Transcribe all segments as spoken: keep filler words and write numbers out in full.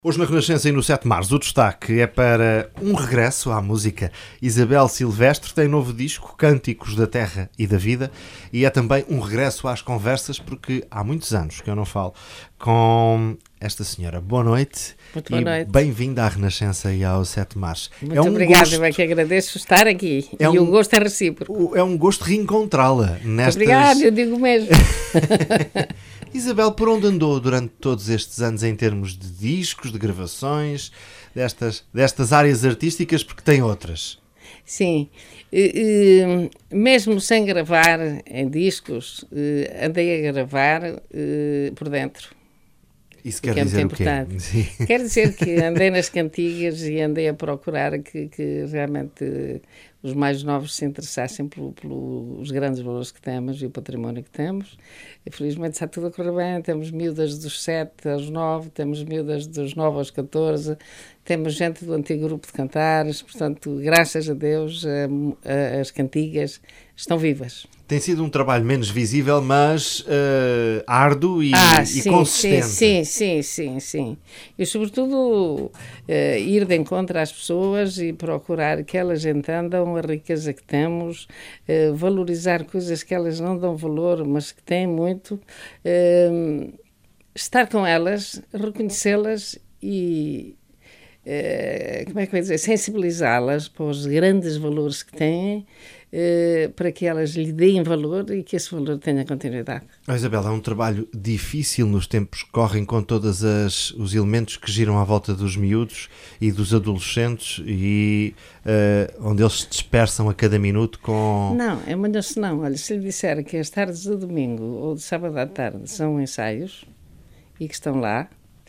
Hoje na Renascença e no sete de março o destaque é para um regresso à música. Isabel Silvestre tem novo disco, Cânticos da Terra e da Vida, e é também um regresso às conversas, porque há muitos anos que eu não falo com esta senhora. Boa noite. Muito boa e noite. Bem-vinda à Renascença e ao sete de março. Muito é um obrigada, gosto, eu é que agradeço estar aqui. É e um, o gosto é recíproco. É um gosto reencontrá-la nestas... Obrigada, eu digo mesmo. Isabel, por onde andou durante todos estes anos em termos de discos, de gravações, destas, destas áreas artísticas, porque tem outras? Sim, e, e, mesmo sem gravar em discos, andei a gravar e, por dentro. Isso quer dizer o quê? Quer dizer que andei nas cantigas e andei a procurar que, que realmente os mais novos se interessassem pelos pelo, grandes valores que temos e o património que temos. E, felizmente está tudo a correr bem, temos miúdas dos sete aos nove, temos miúdas dos nove aos catorze, temos gente do antigo grupo de cantares, portanto, graças a Deus, a, a, as cantigas estão vivas. Tem sido um trabalho menos visível, mas uh, árduo e, ah, e sim, consistente. Sim, sim, sim, sim. E, sobretudo, uh, ir de encontro às pessoas e procurar que elas entendam a riqueza que temos, uh, valorizar coisas que elas não dão valor, mas que têm muito, uh, estar com elas, reconhecê-las e... Uh, como é que eu ia dizer, sensibilizá-las para os grandes valores que têm, uh, para que elas lhe deem valor e que esse valor tenha continuidade. Oh, Isabel, é um trabalho difícil nos tempos que correm, com todos os elementos que giram à volta dos miúdos e dos adolescentes e uh, onde eles se dispersam a cada minuto com... Não, é melhor se não. Olha, se lhe disser que as tardes de domingo ou de sábado à tarde são ensaios e que estão lá,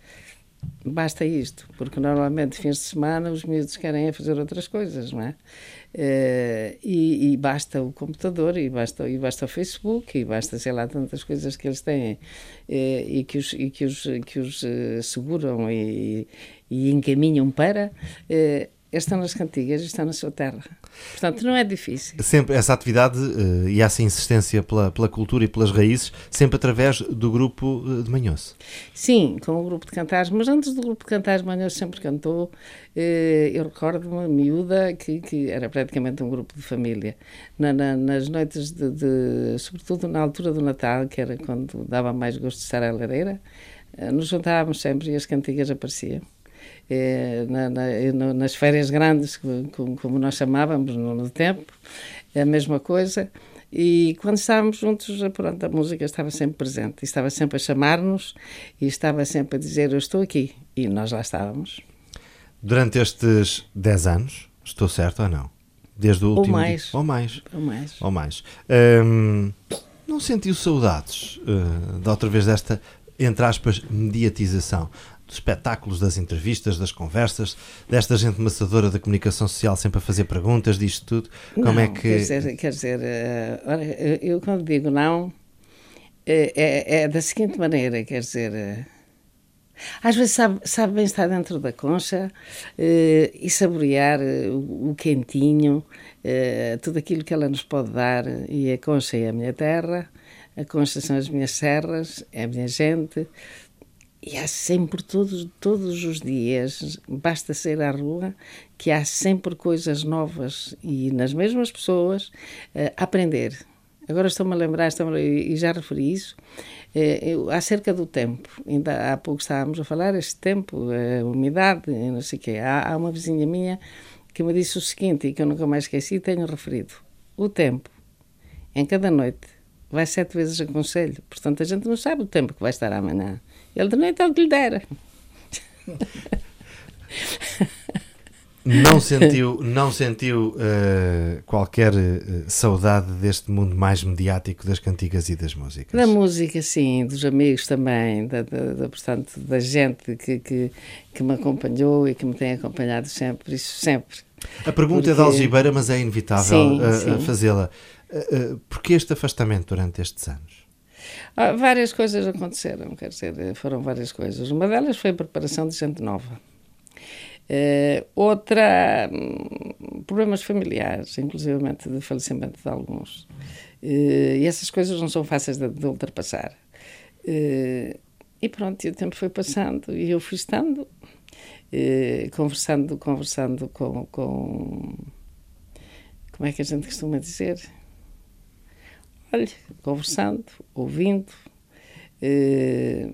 basta isto, porque normalmente fins de semana os miúdos querem é fazer outras coisas, não é? Uh, e, e basta o computador, e basta, e basta o Facebook, e basta, sei lá, tantas coisas que eles têm uh, e que os, e que os, que os uh, seguram e, e encaminham para... Uh, Eles estão nas cantigas e estão na sua terra. Portanto, não é difícil. Sempre essa atividade uh, e essa insistência pela, pela cultura e pelas raízes, sempre através do grupo de Manhoso. Sim, com o grupo de cantares, mas antes do grupo de cantares, Manhoso sempre cantou. Uh, eu recordo-me, miúda, que, que era praticamente um grupo de família. Na, na, nas noites, de, de, sobretudo na altura do Natal, que era quando dava mais gosto de estar à lareira, uh, nos juntávamos sempre e as cantigas apareciam. É, na, na, no, nas férias grandes, como, como nós chamávamos no, no tempo, é a mesma coisa. E quando estávamos juntos, pronto, a música estava sempre presente, e estava sempre a chamar-nos e estava sempre a dizer: eu estou aqui, e nós lá estávamos. Durante estes dez anos, estou certo ou não? Desde o último ou mais, dia, ou mais, ou mais, ou mais. Hum, não sentiu saudades uh, da outra vez desta, entre aspas, mediatização? Dos espetáculos, das entrevistas, das conversas, desta gente maçadora da comunicação social sempre a fazer perguntas, disto tudo. Como não, é que... Quer dizer, quer dizer uh, olha, eu quando digo não, uh, é, é da seguinte maneira, quer dizer... Uh, às vezes sabe, sabe bem estar dentro da concha uh, e saborear uh, o, o quentinho, uh, tudo aquilo que ela nos pode dar, e a concha é a minha terra, a concha são as minhas serras, é a minha gente... E há sempre, todos, todos os dias, basta sair à rua, que há sempre coisas novas e nas mesmas pessoas uh, a aprender. Agora estou-me a lembrar, estou-me a, e já referi isso, uh, eu, acerca do tempo. Ainda há pouco estávamos a falar, este tempo, a umidade, não sei o quê. Há, há uma vizinha minha que me disse o seguinte, e que eu nunca mais esqueci, tenho referido. O tempo, em cada noite, vai sete vezes a conselho. Portanto, a gente não sabe o tempo que vai estar amanhã. Ele de noite é o que lhe dera. Não sentiu, não sentiu uh, qualquer uh, saudade deste mundo mais mediático das cantigas e das músicas? Da música, sim, dos amigos também, da, da, da, portanto, da gente que, que, que me acompanhou e que me tem acompanhado sempre, isso sempre. A pergunta Porque... é de algibeira, mas é inevitável sim, uh, sim. fazê-la. Uh, uh, Porquê este afastamento durante estes anos? Ah, várias coisas aconteceram, quer dizer, foram várias coisas. Uma delas foi a preparação de gente nova. Uh, outra, um, problemas familiares, inclusivamente de falecimento de alguns. Uh, e essas coisas não são fáceis de, de ultrapassar. Uh, e pronto, e o tempo foi passando e eu fui estando eh, conversando, conversando com, com... Como é que a gente costuma dizer? Olha, conversando, ouvindo. Eh,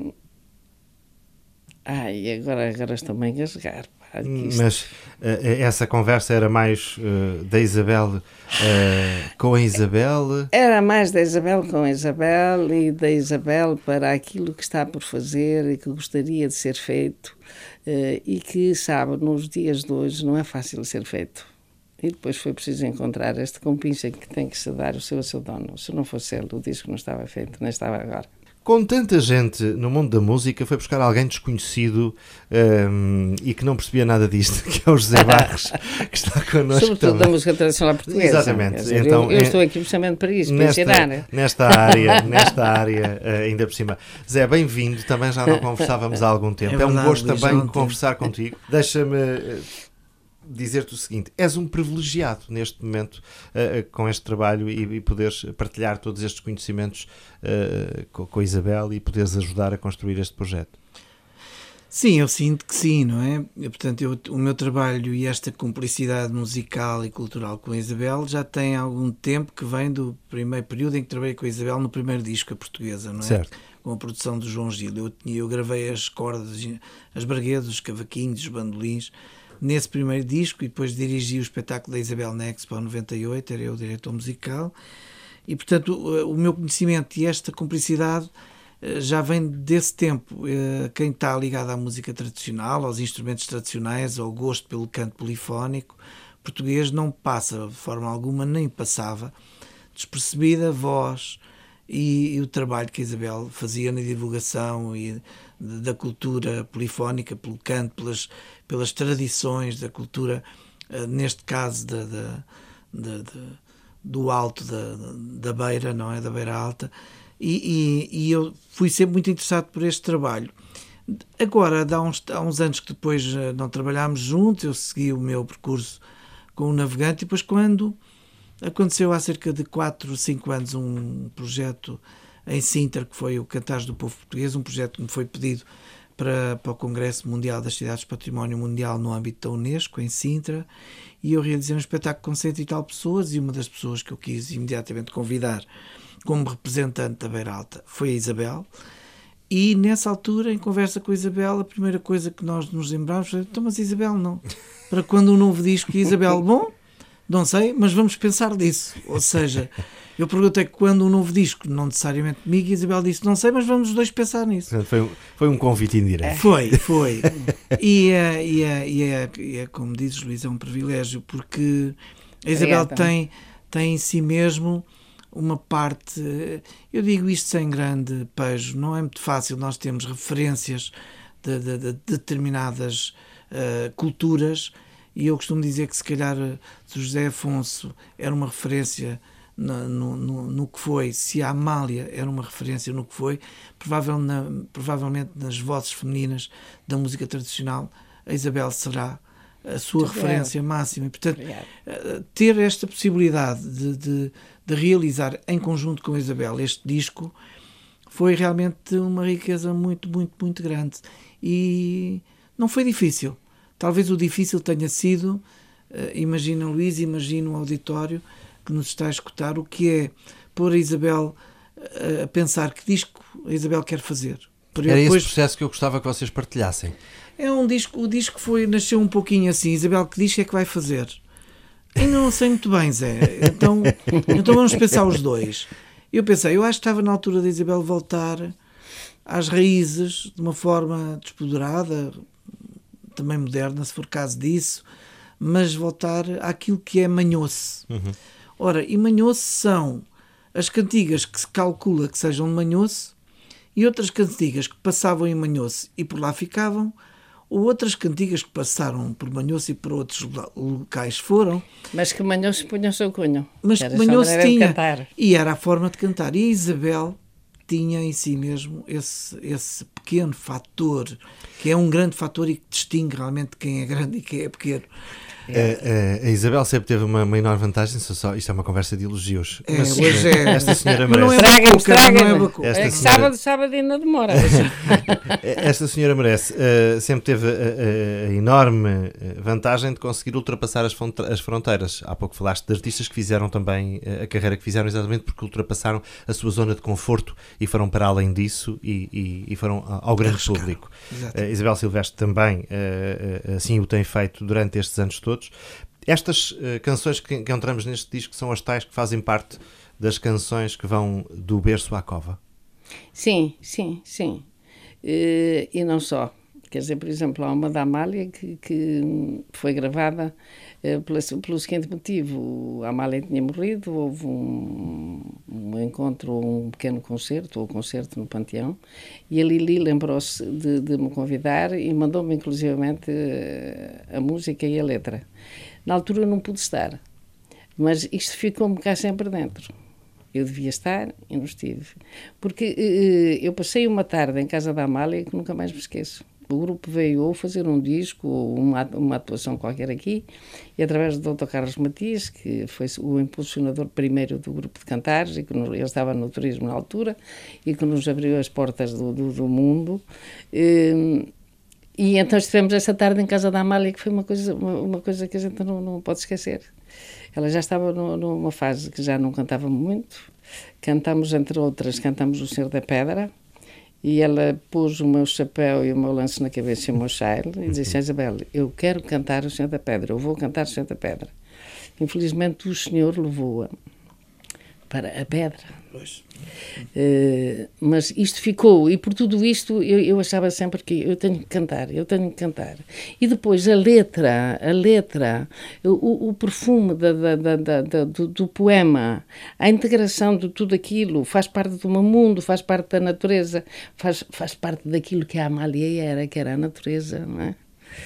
ai, agora, agora estou-me a engasgar. Pá, isto... Mas uh, essa conversa era mais uh, da Isabel uh, com a Isabel? Era mais da Isabel com a Isabel e da Isabel para aquilo que está por fazer e que gostaria de ser feito uh, e que, sabe, nos dias de hoje não é fácil ser feito. E depois foi preciso encontrar este compincha que tem que se dar o seu a seu dono. Se não fosse ele, o disco não estava feito, nem estava agora. Com tanta gente no mundo da música, foi buscar alguém desconhecido um, e que não percebia nada disto, que é o José Barros, que está connosco Sobretudo também. da música tradicional portuguesa. Exatamente. Dizer, então, eu, eu estou aqui precisamente para isso, para nesta, ensinar. Nesta área, nesta área uh, ainda por cima. Zé, bem-vindo, também já não conversávamos há algum tempo. É, verdade, é um gosto Luís, também ontem. conversar contigo. Deixa-me... Uh, dizer-te o seguinte, és um privilegiado neste momento uh, com este trabalho e, e poderes partilhar todos estes conhecimentos uh, com, com a Isabel e poderes ajudar a construir este projeto. Sim, eu sinto que sim, não é? Eu, portanto, eu, o meu trabalho e esta cumplicidade musical e cultural com a Isabel já tem algum tempo que vem do primeiro período em que trabalhei com a Isabel no primeiro disco, a portuguesa, não é? Certo. Com a produção do João Gil. Eu, eu gravei as cordas, as braguedas, os cavaquinhos, os bandolins, nesse primeiro disco, e depois dirigi o espetáculo da Isabel na Expo noventa e oito, era eu o diretor musical, e portanto o, o meu conhecimento e esta cumplicidade já vem desse tempo. Quem está ligado à música tradicional, aos instrumentos tradicionais, ao gosto pelo canto polifónico português, não passa de forma alguma, nem passava despercebida a voz e, e o trabalho que a Isabel fazia na divulgação e da cultura polifónica, pelo canto, pelas, pelas tradições da cultura, neste caso da, da, da, da, do alto da, da beira, não é? Da beira alta, e, e, e eu fui sempre muito interessado por este trabalho. Agora, há uns, há uns anos que depois não trabalhámos juntos, eu segui o meu percurso com o Navegante, e depois quando aconteceu há cerca de quatro, cinco anos um projeto em Sintra, que foi o Cantares do Povo Português, um projeto que me foi pedido para, para o Congresso Mundial das Cidades Património Mundial no âmbito da Unesco, em Sintra, e eu realizei um espetáculo com cento e tal pessoas, e uma das pessoas que eu quis imediatamente convidar como representante da Beira Alta foi a Isabel, e nessa altura, em conversa com a Isabel, a primeira coisa que nós nos lembramos foi: então, mas Isabel não, para quando um novo disco, e Isabel, bom, não sei, mas vamos pensar disso. Ou seja, eu perguntei quando um novo disco, não necessariamente comigo, e a Isabel disse: não sei, mas vamos os dois pensar nisso. Foi um, foi um convite indireto. Foi, foi. E é, e, é, e, é, e é, como dizes, Luís, é um privilégio, porque a Isabel tem, tem em si mesmo uma parte, eu digo isto sem grande pejo, não é muito fácil nós termos referências de, de, de determinadas uh, culturas, e eu costumo dizer que se calhar se o José Afonso era uma referência no, no, no, no que foi, se a Amália era uma referência no que foi, provavelmente, na, provavelmente nas vozes femininas da música tradicional, a Isabel será a sua Muito referência bem. máxima. E, portanto, Obrigado. ter esta possibilidade de, de, de realizar em conjunto com a Isabel este disco foi realmente uma riqueza muito, muito, muito grande. E não foi difícil. Talvez o difícil tenha sido, uh, imagina Luís, imagina o auditório que nos está a escutar, o que é pôr a Isabel uh, a pensar que disco a Isabel quer fazer. Era depois... esse processo que eu gostava que vocês partilhassem. É um disco, o disco foi, nasceu um pouquinho assim: Isabel, que disco é que vai fazer? Ainda não sei muito bem, Zé. Então, então vamos pensar os dois. Eu pensei, eu acho que estava na altura da Isabel voltar às raízes de uma forma despoderada, também moderna, se for caso disso, mas voltar àquilo que é manhoce. Uhum. Ora, e manhoce são as cantigas que se calcula que sejam de manhoce, e outras cantigas que passavam em manhoce e por lá ficavam, ou outras cantigas que passaram por manhoce e por outros locais foram. Mas que manhoce punham o seu cunho. Mas que manhoce tinha. E era a forma de cantar. E a Isabel tinha em si mesmo esse, esse pequeno fator, que é um grande fator e que distingue realmente quem é grande e quem é pequeno. É. A, a Isabel sempre teve uma, uma enorme vantagem, só, isto é uma conversa de elogios. É, mas hoje é, esta senhora mas não merece. é bacuca, mas não é bacuca. Esta É que senhora- sábado, sábado ainda demora. Esta senhora merece. Uh, sempre teve a, a- a enorme vantagem de conseguir ultrapassar as, fronte- as fronteiras. Há pouco falaste de artistas que fizeram também uh, a carreira que fizeram exatamente porque ultrapassaram a sua zona de conforto e foram para além disso e, e- e foram ao grande Arriscaram. público. Exato. Uh, Isabel Silvestre também uh, uh, assim o tem feito durante estes anos todos. Estas uh, canções que encontramos neste disco são as tais que fazem parte das canções que vão do berço à cova. Sim, sim, sim. E, e não só. Quer dizer, por exemplo, há uma da Amália que, que foi gravada eh, pela, pelo seguinte motivo. A Amália tinha morrido, houve um, um encontro, um pequeno concerto, ou um concerto no Panteão, e a Lili lembrou-se de, de me convidar e mandou-me inclusivamente eh, a música e a letra. Na altura eu não pude estar, mas isto ficou-me cá sempre dentro. Eu devia estar e não estive. Porque eh, eu passei uma tarde em casa da Amália que nunca mais me esqueço. O grupo veio ou fazer um disco ou uma, uma atuação qualquer aqui, e através do doutor Carlos Matias, que foi o impulsionador primeiro do grupo de cantares, e que nos, ele estava no turismo na altura, e que nos abriu as portas do, do, do mundo. Eh, e então estivemos essa tarde em casa da Amália, que foi uma coisa, uma, uma coisa que a gente não, não pode esquecer. Ela já estava no, numa fase que já não cantava muito. Cantamos, entre outras, cantamos O Senhor da Pedra, e ela pôs o meu chapéu e o meu lenço na cabeça e o meu chale e disse assim: Isabel, eu quero cantar O Senhor da Pedra, eu vou cantar O Senhor da Pedra. Infelizmente o Senhor levou-a para a pedra. Pois. Uh, mas isto ficou, e por tudo isto eu, eu achava sempre que eu tenho que cantar, eu tenho que cantar. E depois a letra, a letra, o, o perfume da, da, da, da, da, do, do poema, a integração de tudo aquilo, faz parte do meu mundo, faz parte da natureza, faz, faz parte daquilo que a Amália era, que era a natureza, não é?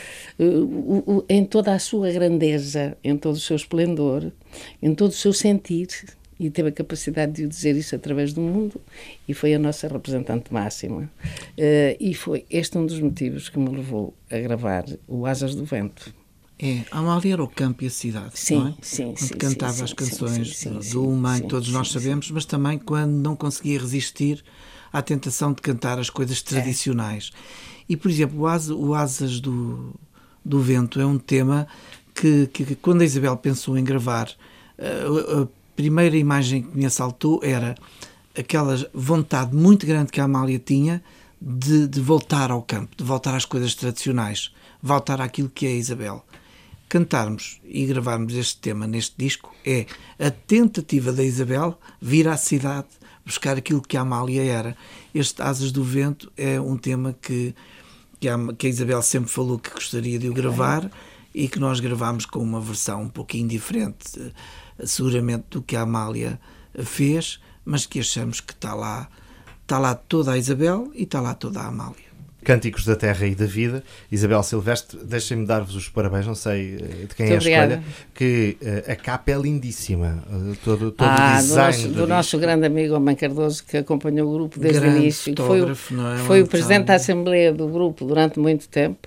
O, o, em toda a sua grandeza, em todo o seu esplendor, em todo o seu sentir. E teve a capacidade de o dizer isso através do mundo, e foi a nossa representante máxima. Uh, e foi este um dos motivos que me levou a gravar o Asas do Vento. É, a Amália era o campo e a cidade, sim, não é? Sim, quando sim. cantava sim, as sim, canções sim, sim, do sim, Uma, sim, que todos sim, nós sim, sabemos, mas também quando não conseguia resistir à tentação de cantar as coisas tradicionais. É. E, por exemplo, o, Asa, o Asas do, do Vento é um tema que, que, que quando a Isabel pensou em gravar, uh, uh, a primeira imagem que me assaltou era aquela vontade muito grande que a Amália tinha de, de voltar ao campo, de voltar às coisas tradicionais, voltar àquilo que é a Isabel. Cantarmos e gravarmos este tema neste disco é a tentativa da Isabel vir à cidade buscar aquilo que a Amália era. Este Asas do Vento é um tema que, que, a, que a Isabel sempre falou que gostaria de o gravar e que nós gravámos com uma versão um pouquinho diferente, seguramente, do que a Amália fez, mas que achamos que está lá, está lá toda a Isabel e está lá toda a Amália. Cânticos da Terra e da Vida. Isabel Silvestre, deixem-me dar-vos os parabéns, não sei de quem Muito é a obrigada. escolha, que uh, a capa é lindíssima, uh, todo, todo ah, o design do, nosso, do, do nosso grande amigo Homem Cardoso, que acompanhou o grupo desde grande o início, que foi, o, não é? foi o presidente da Assembleia do grupo durante muito tempo,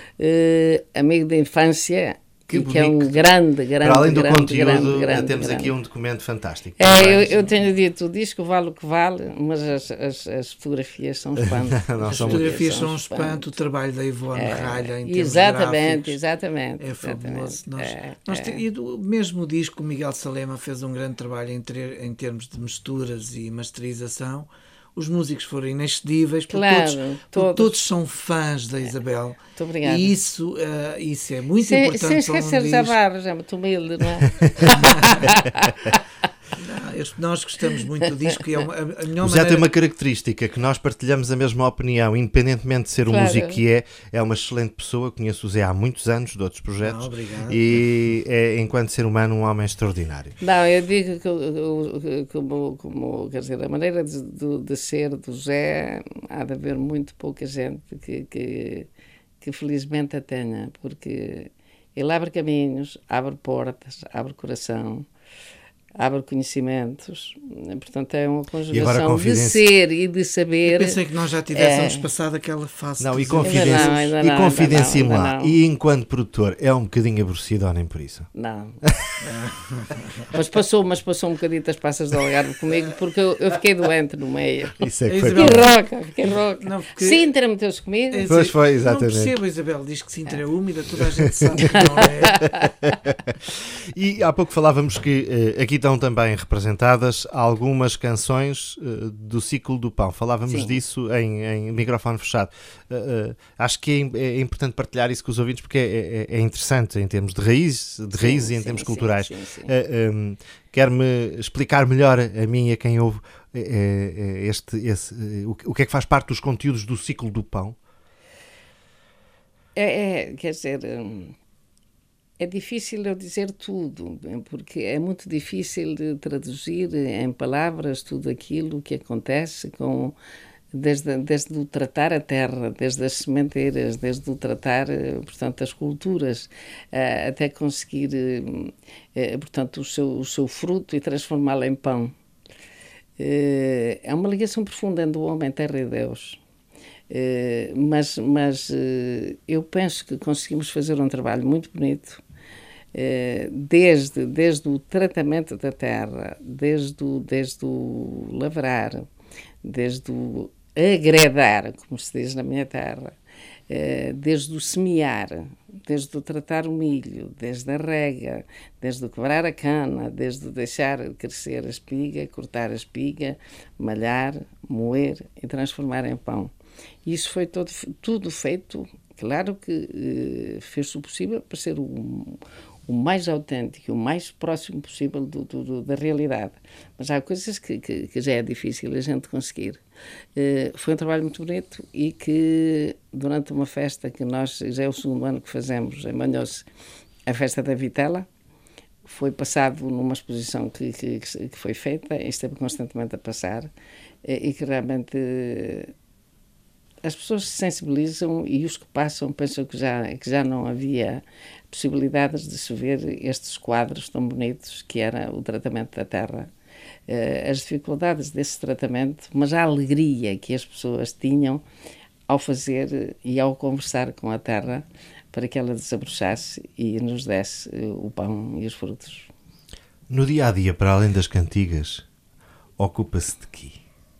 uh, amigo da infância. Que, e que é um grande, grande, para além do grande, conteúdo, grande, grande, temos grande. aqui um documento fantástico. É, eu, eu tenho dito, o disco vale o que vale, mas as, as, as fotografias são um espanto. Não, as são fotografias são um espanto, espanto, o trabalho da Ivone é, Ralha em termos exatamente, gráficos exatamente, é fabuloso. exatamente, Nós, é, nós é. Te, e do mesmo disco, o Miguel Salema fez um grande trabalho em, ter, em termos de misturas e masterização. Os músicos foram inexcedíveis, porque, claro, todos, porque todos. todos são fãs da Isabel. Muito obrigada. E isso, uh, isso é muito sem, importante. Sem esquecer um os avaros, é muito humilde, não é? Não, nós gostamos muito do disco e é uma, a melhor o Zé maneira... tem uma característica, que nós partilhamos a mesma opinião, independentemente de ser o claro. músico que é, é uma excelente pessoa, conheço o Zé há muitos anos, de outros projetos, não, e é, enquanto ser humano, um homem extraordinário. Não, eu digo que, como, como quer dizer, a maneira de, de, de ser do Zé, há de haver muito pouca gente que, que, que felizmente a tenha, porque ele abre caminhos, abre portas, abre coração. abre conhecimentos, portanto é uma E agora conjugação de confidenci- ser e de saber. Eu pensei que nós já tivéssemos É. passado aquela fase. Não, de e dizer- confidenci- Ainda não, ainda e não, confidencie-me ainda não, lá. ainda não. E enquanto produtor, é um bocadinho aborrecido, nem por isso. Não. mas, passou, mas passou um bocadinho as passas de Algarve comigo porque eu, eu fiquei doente no meio. Isso é que A foi. Isabel- Fiquei rouca, fiquei rouca. Não, porque- Sintra meteu-se comigo. É Pois foi, exatamente. Não percebo, a Isabel diz que Sintra é úmida, toda a gente sabe que não é. E há pouco falávamos que eh, aqui estão também representadas algumas canções eh, do ciclo do pão. Falávamos Sim. disso em, em microfone fechado. Eh, eh, acho que é, im- é importante partilhar isso com os ouvintes porque é, é- é interessante em termos de raiz, de Sim, raízes e em sim, termos sim, culturais. sim, sim. Eh, um, Quer-me explicar melhor a mim e a quem ouve eh, eh, este, esse, eh, o, que- o que é que faz parte dos conteúdos do ciclo do pão? É, é, quer dizer, hum, é difícil eu dizer tudo, porque é muito difícil de traduzir em palavras tudo aquilo que acontece com, desde, desde o tratar a terra, desde as sementeiras, desde o tratar, eh, portanto, as culturas, eh, até conseguir, eh, eh, portanto, o seu, o seu fruto e transformá-lo em pão. Eh, É uma ligação profunda entre o homem, terra e Deus. Eh, mas mas eh, eu penso que conseguimos fazer um trabalho muito bonito, eh, desde, desde o tratamento da terra, desde o, desde o lavrar, desde o agredar, como se diz na minha terra, eh, desde o semear, desde o tratar o milho, desde a rega, desde o quebrar a cana, desde o deixar crescer a espiga, cortar a espiga, malhar, moer e transformar em pão. Isso foi todo, tudo feito, claro que eh, fez o possível para ser o, o mais autêntico, o mais próximo possível do, do, do, da realidade. Mas há coisas que, que, que já é difícil a gente conseguir. Eh, foi um trabalho muito bonito e que durante uma festa que nós, já é o segundo ano que fazemos, em Manhoce, a festa da Vitela, foi passado numa exposição que, que, que foi feita e esteve constantemente a passar eh, e que realmente... eh, as pessoas se sensibilizam e os que passam pensam que já, que já não havia possibilidades de se ver estes quadros tão bonitos que era o tratamento da terra, eh, as dificuldades desse tratamento, mas a alegria que as pessoas tinham ao fazer e ao conversar com a terra para que ela desabrochasse e nos desse eh, o pão e os frutos. No dia a dia, para além das cantigas, ocupa-se de quê?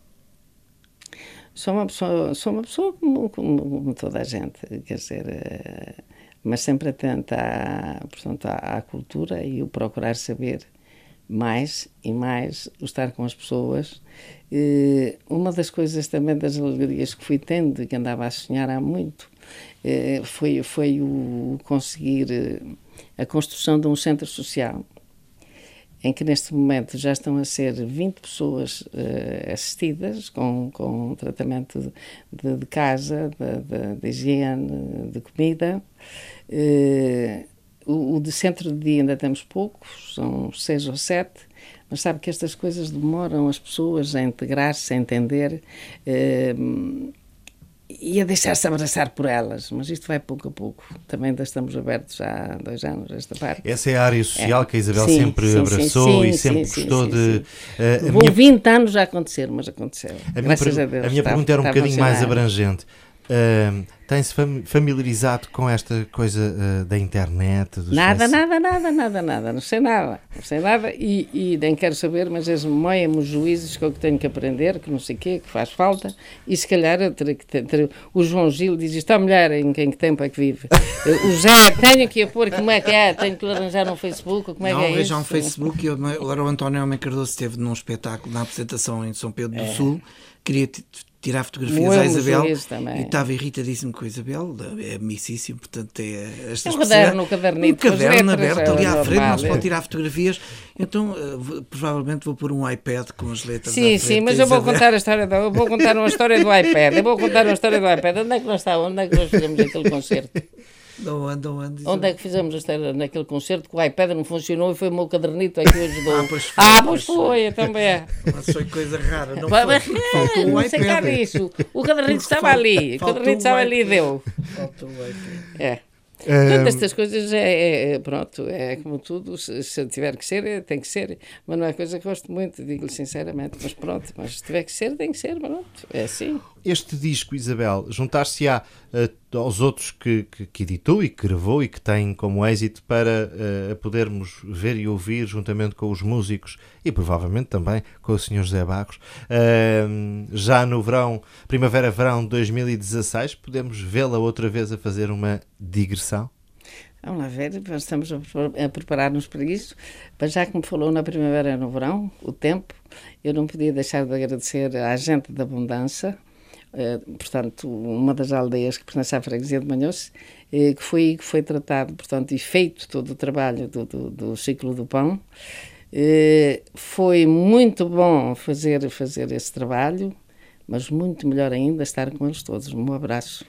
Sou uma pessoa, sou uma pessoa como, como, como toda a gente, quer dizer, eh, mas sempre atenta à, portanto, à, à cultura e o procurar saber mais e mais, o estar com as pessoas. Eh, uma das coisas também das alegrias que fui tendo e que andava a sonhar há muito eh, foi, foi o conseguir eh, a construção de um centro social, em que neste momento já estão a ser vinte pessoas uh, assistidas com, com tratamento de, de casa, de, de, de higiene, de comida. Uh, o, o de centro de dia ainda temos poucos, são seis ou sete, mas sabe que estas coisas demoram as pessoas a integrar-se, a entender uh, e a deixar-se abraçar por elas, mas isto vai pouco a pouco. Também ainda estamos abertos há dois anos esta parte. Essa é a área social É. que a Isabel Sim, sempre sim, abraçou sim, e sim, sempre sim, gostou sim, de... sim. eh, a Levou minha, vinte anos a acontecer, mas aconteceu. a minha, Graças per- a Deus. a minha está- pergunta era um está a bocadinho mais funcionar. abrangente. Uh, Tem-se fam- familiarizado com esta coisa uh, da internet? Dos Nada, face- nada, nada, nada, nada. Não sei nada. Não sei nada e, e nem quero saber, mas és moem-me os juízes que eu tenho que aprender, que não sei o quê, que faz falta. E se calhar eu terei que ter, ter- o João Gil diz isto à mulher em, em que tempo é que vive. O Zé, tenho que ir pôr, como é que é? Tenho que lhe arranjar um Facebook, como é não, que é vejam isso? um Facebook. Eu, agora o António Homem Cardoso esteve num espetáculo, na apresentação em São Pedro do Sul. Queria t- tirar fotografias Moeu à o Isabel juiz também. e estava irritadíssimo com a Isabel. É amicíssimo, portanto é esta Um especialidade. caderno, um cadernito, um caderno com as letras, aberto ali é à frente, normal, não se pode é. tirar fotografias. Então eh, vou- provavelmente vou pôr um iPad com as letras à Sim, frente sim, mas da eu vou Isabel. contar a história do, eu vou contar uma história do iPad. Eu vou contar uma história do iPad. Onde é que nós estávamos? Onde é que nós fizemos aquele concerto? Não ando, não ando. Onde é que fizemos a história naquele concerto que o iPad não funcionou e foi o meu cadernito é que o ajudou? Ah, pois foi, Ah, pois pois foi, eu também é. Mas foi coisa rara. Não Mas- foi, mas- porque faltou o não sei cá iPad. disso. O cadernito Porque estava fal- ali. O faltou cadernito o estava ali e iPad. deu. Faltou o iPad. É. Portanto, estas coisas é, é, pronto, é como tudo, se, se tiver que ser, tem que ser, mas não é coisa que gosto muito, digo-lhe sinceramente, mas pronto, mas se tiver que ser, tem que ser, pronto, é assim. Este disco, Isabel, juntar-se-á uh, aos outros que, que, que editou e que gravou e que tem como êxito para uh, podermos ver e ouvir juntamente com os músicos e provavelmente também com o senhor José Barros. Uh, já no verão, primavera-verão de dois mil e dezasseis, podemos vê-la outra vez a fazer uma digressão? Vamos lá ver, estamos a preparar-nos para isso. Mas já que me falou na primavera e no verão, o tempo, eu não podia deixar de agradecer à gente da Abundância, eh, portanto, uma das aldeias que pertence à freguesia de Manhoce, eh, que, foi, que foi tratado, portanto, e feito todo o trabalho do, do, do ciclo do pão. Eh, foi muito bom fazer, fazer esse trabalho, mas muito melhor ainda estar com eles todos. Um abraço.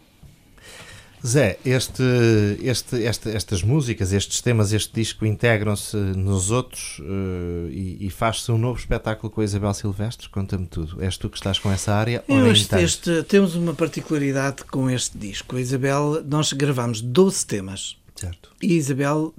Zé, este, este, este, estas músicas, estes temas, este disco integram-se nos outros uh, e, e faz-se um novo espetáculo com a Isabel Silvestre? Conta-me tudo. És tu que estás com essa área? Eu, ou este, este, temos uma particularidade com este disco. A Isabel, nós gravamos doze temas. Certo. E a Isabel,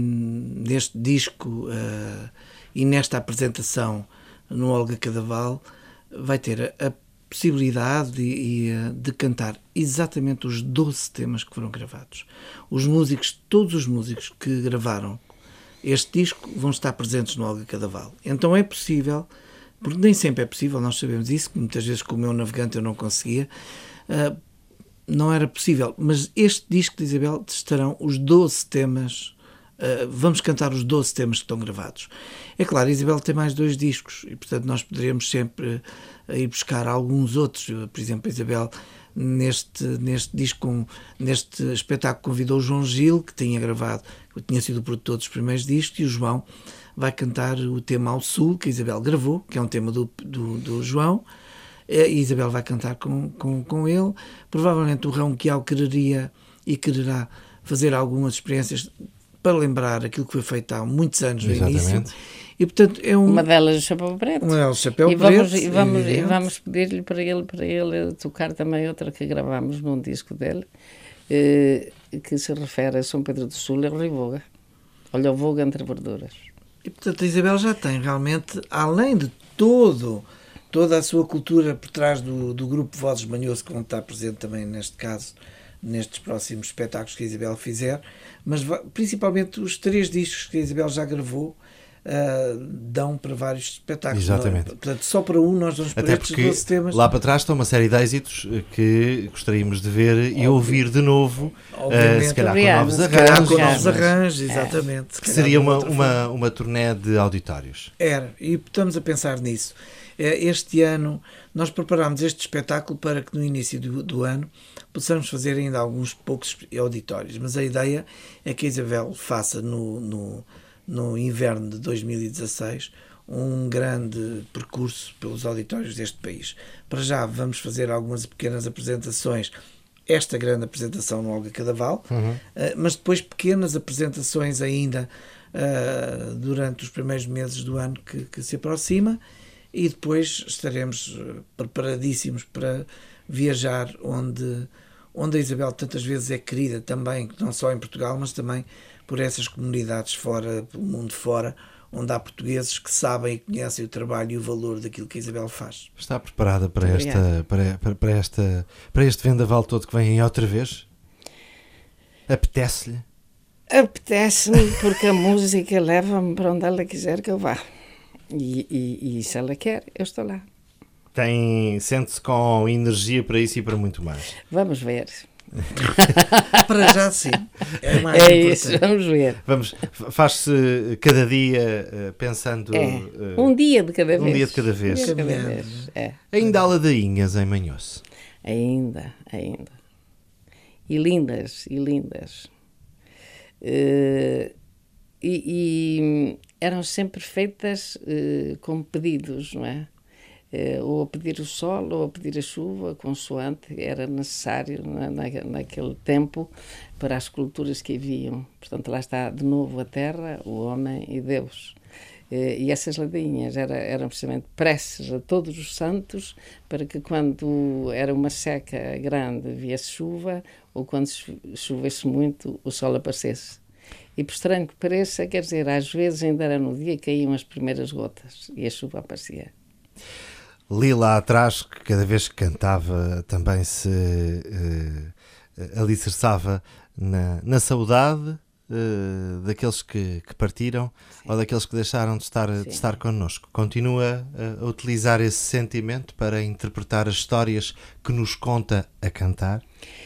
neste disco uh, e nesta apresentação no Olga Cadaval, vai ter a, a possibilidade de, de cantar exatamente os doze temas que foram gravados. Os músicos, todos os músicos que gravaram este disco vão estar presentes no Olga Cadaval. Então é possível, porque nem sempre é possível, nós sabemos isso, que muitas vezes com o meu navegante eu não conseguia, uh, não era possível, mas este disco de Isabel estarão os doze temas. Uh, vamos cantar os doze temas que estão gravados. É claro, a Isabel tem mais dois discos e, portanto, nós poderíamos sempre uh, ir buscar alguns outros. Por exemplo, a Isabel, neste, neste disco, neste espetáculo, convidou o João Gil, que tinha gravado, que tinha sido o produtor dos primeiros discos, e o João vai cantar o tema Ao Sul, que a Isabel gravou, que é um tema do, do, do João, e a Isabel vai cantar com, com, com ele. Provavelmente o Rão Quial quereria e quererá fazer algumas experiências para lembrar aquilo que foi feito há muitos anos no Exatamente. Início. E, portanto, é um... Uma delas o Chapéu Preto. Uma delas o Chapéu e vamos, Preto. E vamos, e vamos pedir-lhe para ele, para ele tocar também outra que gravámos num disco dele, eh, que se refere a São Pedro do Sul e ao Rio Voga. Olha o Voga entre verduras. E, portanto, a Isabel já tem realmente, além de todo, toda a sua cultura por trás do, do grupo Vozes Manhoce, que vão estar presente também neste caso, nestes próximos espetáculos que a Isabel fizer, mas principalmente os três discos que a Isabel já gravou uh, dão para vários espetáculos. Exatamente. Não, portanto, só para um nós vamos para Até estes porque doze temas. Lá para trás estão uma série de êxitos que gostaríamos de ver e Obviamente. ouvir de novo, uh, se calhar Obrigado. com novos Se calhar arranjos. com novos mas- arranjos, exatamente. Se Que calhar seria de uma, outra uma, uma turnê de auditórios. Era, e estamos a pensar nisso. Este ano, nós preparámos este espetáculo para que no início do, do ano possamos fazer ainda alguns poucos auditórios, mas a ideia é que a Isabel faça no, no, no inverno de dois mil e dezasseis um grande percurso pelos auditórios deste país. Para já vamos fazer algumas pequenas apresentações, esta grande apresentação no Olga Cadaval, uhum. mas depois pequenas apresentações ainda uh, durante os primeiros meses do ano que, que se aproxima, e depois estaremos preparadíssimos para viajar onde, onde a Isabel tantas vezes é querida também, não só em Portugal, mas também por essas comunidades fora, pelo mundo fora, onde há portugueses que sabem e conhecem o trabalho e o valor daquilo que a Isabel faz. Está preparada para, esta, para, para, para, esta, para este vendaval todo que vem aí outra vez? Apetece-lhe? Apetece-me porque a música leva-me para onde ela quiser que eu vá. E, e, e se ela quer, eu estou lá. Tem, sente-se com energia para isso e para muito mais. Vamos ver. Para já sim. É, mais É importante. isso, vamos ver. Vamos, faz-se cada dia uh, pensando... É, uh, um dia de cada um vez. dia de cada vez. Um dia de cada Caminhando. vez. É. Ainda há ladainhas em Manhoce. Ainda, ainda. E lindas, e lindas. Uh, e, e eram sempre feitas uh, com pedidos, não é? uh, ou a pedir o sol ou a pedir a chuva, consoante era necessário na, na, naquele tempo para as culturas que haviam. Portanto, lá está de novo a terra, o homem e Deus. E essas ladainhas eram, eram precisamente preces a todos os santos para que quando era uma seca grande viesse chuva ou quando chovesse muito o sol aparecesse. E por estranho que pareça, quer dizer, às vezes ainda era no dia que caíam as primeiras gotas e a chuva aparecia. Li lá atrás que cada vez que cantava também se uh, alicerçava na, na saudade Uh, daqueles que, que partiram. Sim. Ou daqueles que deixaram de estar, de estar connosco. Continua a, a utilizar esse sentimento para interpretar as histórias que nos conta a cantar?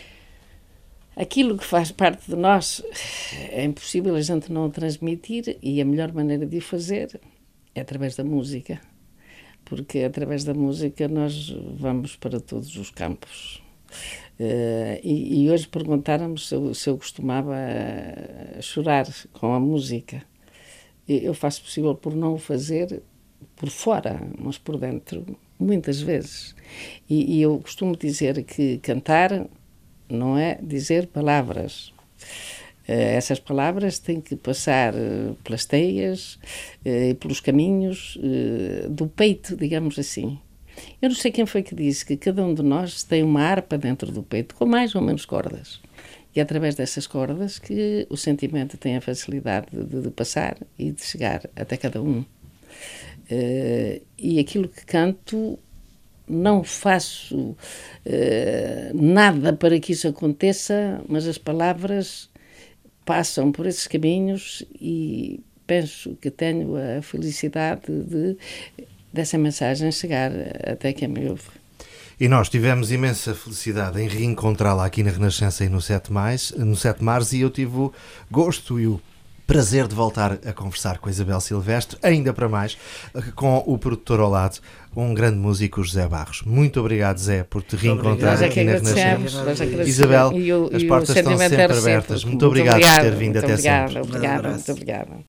Aquilo que faz parte de nós é impossível a gente não o transmitir, e a melhor maneira de o fazer é através da música, porque através da música nós vamos para todos os campos. Uh, e, e hoje perguntaram-me se eu, se eu costumava uh, chorar com a música. Eu faço o possível por não o fazer por fora, mas por dentro, muitas vezes. E, e eu costumo dizer que cantar não é dizer palavras. Uh, essas palavras têm que passar uh, pelas teias e uh, pelos caminhos uh, do peito, digamos assim. Eu não sei quem foi que disse que cada um de nós tem uma harpa dentro do peito, com mais ou menos cordas. E é através dessas cordas que o sentimento tem a facilidade de, de passar e de chegar até cada um. Uh, e aquilo que canto, não faço uh, nada para que isso aconteça, mas as palavras passam por esses caminhos e penso que tenho a felicidade de dessa mensagem chegar até quem me ouve. E nós tivemos imensa felicidade em reencontrá-la aqui na Renascença e no Sete Mais, no Sete Mares, e eu tive o gosto e o prazer de voltar a conversar com a Isabel Silvestre, ainda para mais, com o produtor ao lado, um grande músico, José Barros. Muito obrigado, Zé, por te reencontrar é aqui na Renascença. Isabel, e o, as portas estão sempre abertas. Muito, muito obrigado, obrigado por ter vindo até obrigado, sempre. Obrigado, muito obrigado.